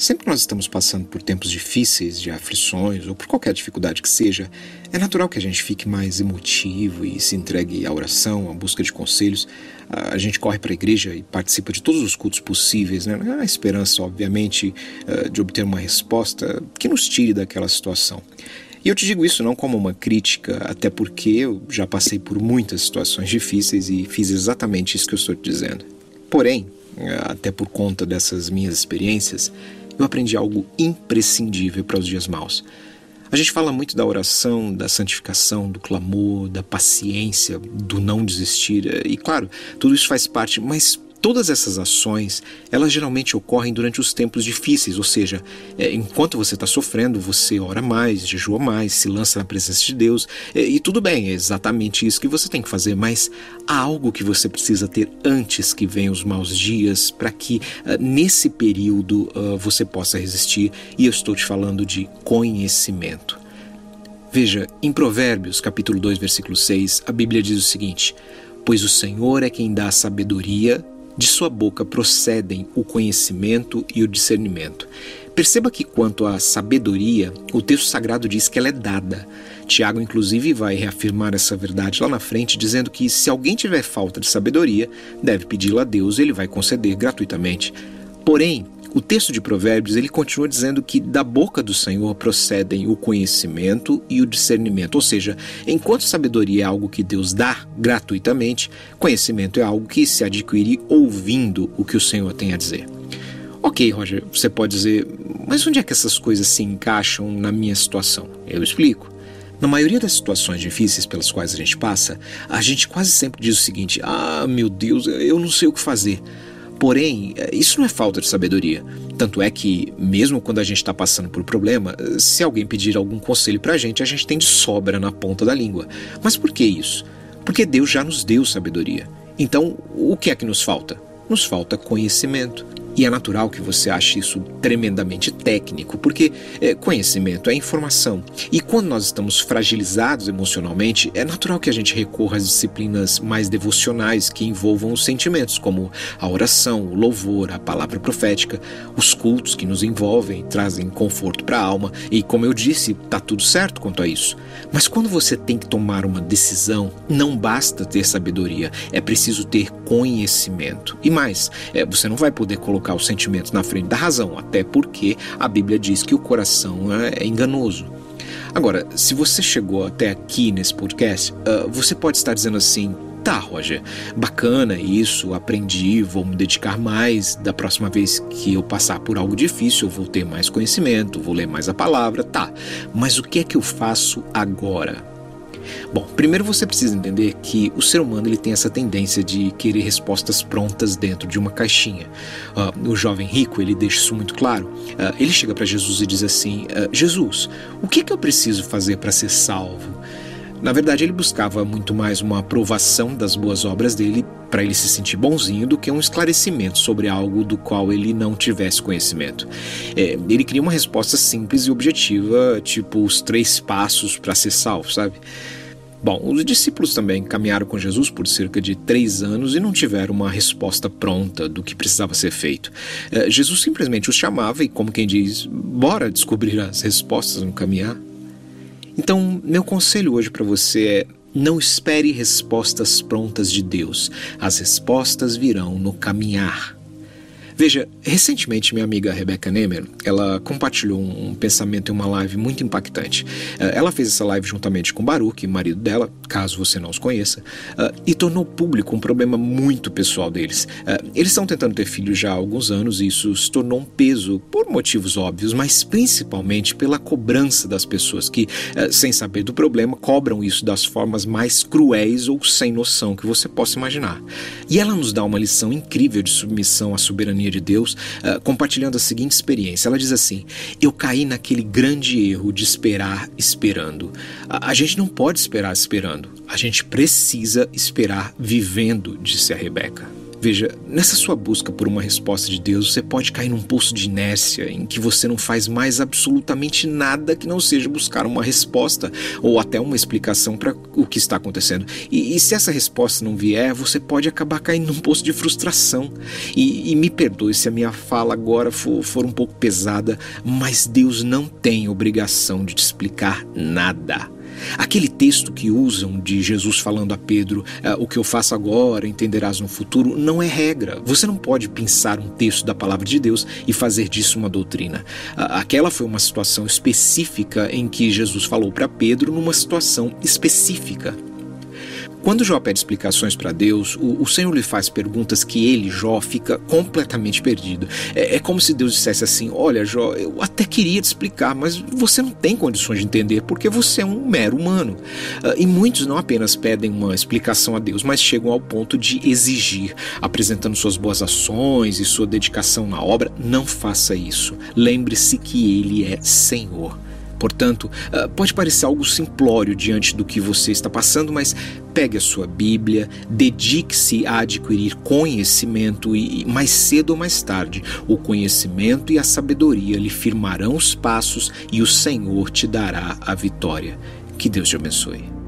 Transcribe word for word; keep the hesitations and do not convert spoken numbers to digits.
Sempre que nós estamos passando por tempos difíceis, de aflições ou por qualquer dificuldade que seja, é natural que a gente fique mais emotivo e se entregue à oração, à busca de conselhos. A gente corre para a igreja e participa de todos os cultos possíveis, né? A esperança, obviamente, de obter uma resposta que nos tire daquela situação. E eu te digo isso não como uma crítica, até porque eu já passei por muitas situações difíceis e fiz exatamente isso que eu estou te dizendo. Porém, até por conta dessas minhas experiências, eu aprendi algo imprescindível para os dias maus. A gente fala muito da oração, da santificação, do clamor, da paciência, do não desistir. E claro, tudo isso faz parte, mas todas essas ações, elas geralmente ocorrem durante os tempos difíceis, ou seja, é, enquanto você está sofrendo, você ora mais, jejua mais, se lança na presença de Deus, é, e tudo bem, é exatamente isso que você tem que fazer, mas há algo que você precisa ter antes que venham os maus dias, para que uh, nesse período uh, você possa resistir, e eu estou te falando de conhecimento. Veja, em Provérbios, capítulo dois, versículo seis, a Bíblia diz o seguinte: pois o Senhor é quem dá a sabedoria, de sua boca procedem o conhecimento e o discernimento. Perceba que quanto à sabedoria, o texto sagrado diz que ela é dada. Tiago, inclusive, vai reafirmar essa verdade lá na frente, dizendo que se alguém tiver falta de sabedoria, deve pedi-la a Deus e ele vai conceder gratuitamente. Porém, o texto de Provérbios, ele continua dizendo que da boca do Senhor procedem o conhecimento e o discernimento. Ou seja, enquanto sabedoria é algo que Deus dá gratuitamente, conhecimento é algo que se adquire ouvindo o que o Senhor tem a dizer. Ok, Roger, você pode dizer, mas onde é que essas coisas se encaixam na minha situação? Eu explico. Na maioria das situações difíceis pelas quais a gente passa, a gente quase sempre diz o seguinte: ah, meu Deus, eu não sei o que fazer. Porém, isso não é falta de sabedoria. Tanto é que, mesmo quando a gente está passando por problema, se alguém pedir algum conselho para a gente, a gente tem de sobra na ponta da língua. Mas por que isso? Porque Deus já nos deu sabedoria. Então, o que é que nos falta? Nos falta conhecimento. E é natural que você ache isso tremendamente técnico, porque é, conhecimento é informação. E quando nós estamos fragilizados emocionalmente, é natural que a gente recorra às disciplinas mais devocionais que envolvam os sentimentos, como a oração, o louvor, a palavra profética, os cultos que nos envolvem e trazem conforto para a alma. E como eu disse, está tudo certo quanto a isso. Mas quando você tem que tomar uma decisão, não basta ter sabedoria, é preciso ter conhecimento. E mais, é, você não vai poder colocar os sentimentos na frente da razão, até porque a Bíblia diz que o coração é enganoso. Agora, se você chegou até aqui nesse podcast, uh, você pode estar dizendo assim: tá, Roger, bacana isso, aprendi, vou me dedicar mais, da próxima vez que eu passar por algo difícil, eu vou ter mais conhecimento, vou ler mais a palavra, tá, mas o que é que eu faço agora? Bom, primeiro você precisa entender que o ser humano ele tem essa tendência de querer respostas prontas dentro de uma caixinha. Uh, o jovem rico, ele deixa isso muito claro. Uh, ele chega para Jesus e diz assim: uh, Jesus, o que, que eu preciso fazer para ser salvo? Na verdade, ele buscava muito mais uma aprovação das boas obras dele para ele se sentir bonzinho do que um esclarecimento sobre algo do qual ele não tivesse conhecimento. É, ele queria uma resposta simples e objetiva, tipo os três passos para ser salvo, sabe? Bom, os discípulos também caminharam com Jesus por cerca de três anos e não tiveram uma resposta pronta do que precisava ser feito. É, Jesus simplesmente os chamava e, como quem diz, bora descobrir as respostas no caminhar. Então, meu conselho hoje para você é: não espere respostas prontas de Deus. As respostas virão no caminhar. Veja, recentemente minha amiga Rebecca Nemer, ela compartilhou um, um pensamento em uma live muito impactante. Uh, ela fez essa live juntamente com Baruch, marido dela, caso você não os conheça, uh, e tornou público um problema muito pessoal deles. Uh, eles estão tentando ter filhos já há alguns anos e isso se tornou um peso por motivos óbvios, mas principalmente pela cobrança das pessoas que, uh, sem saber do problema, cobram isso das formas mais cruéis ou sem noção que você possa imaginar. E ela nos dá uma lição incrível de submissão à soberania de Deus, uh, compartilhando a seguinte experiência. Ela diz assim: eu caí naquele grande erro de esperar esperando. A, a gente não pode esperar esperando, a gente precisa esperar vivendo, disse a Rebeca. Veja, nessa sua busca por uma resposta de Deus, você pode cair num poço de inércia em que você não faz mais absolutamente nada que não seja buscar uma resposta ou até uma explicação para o que está acontecendo. E, e se essa resposta não vier, você pode acabar caindo num poço de frustração. E, e me perdoe se a minha fala agora for, for um pouco pesada, mas Deus não tem obrigação de te explicar nada. Aquele texto que usam de Jesus falando a Pedro, ah, o que eu faço agora, entenderás no futuro, não é regra. Você não pode pensar um texto da palavra de Deus e fazer disso uma doutrina. Ah, aquela foi uma situação específica em que Jesus falou para Pedro numa situação específica. Quando Jó pede explicações para Deus, o, o Senhor lhe faz perguntas que ele, Jó, fica completamente perdido. É, é como se Deus dissesse assim: olha, Jó, eu até queria te explicar, mas você não tem condições de entender porque você é um mero humano. Uh, e muitos não apenas pedem uma explicação a Deus, mas chegam ao ponto de exigir, apresentando suas boas ações e sua dedicação na obra. Não faça isso. Lembre-se que Ele é Senhor. Portanto, pode parecer algo simplório diante do que você está passando, mas pegue a sua Bíblia, dedique-se a adquirir conhecimento e, mais cedo ou mais tarde, o conhecimento e a sabedoria lhe firmarão os passos e o Senhor te dará a vitória. Que Deus te abençoe.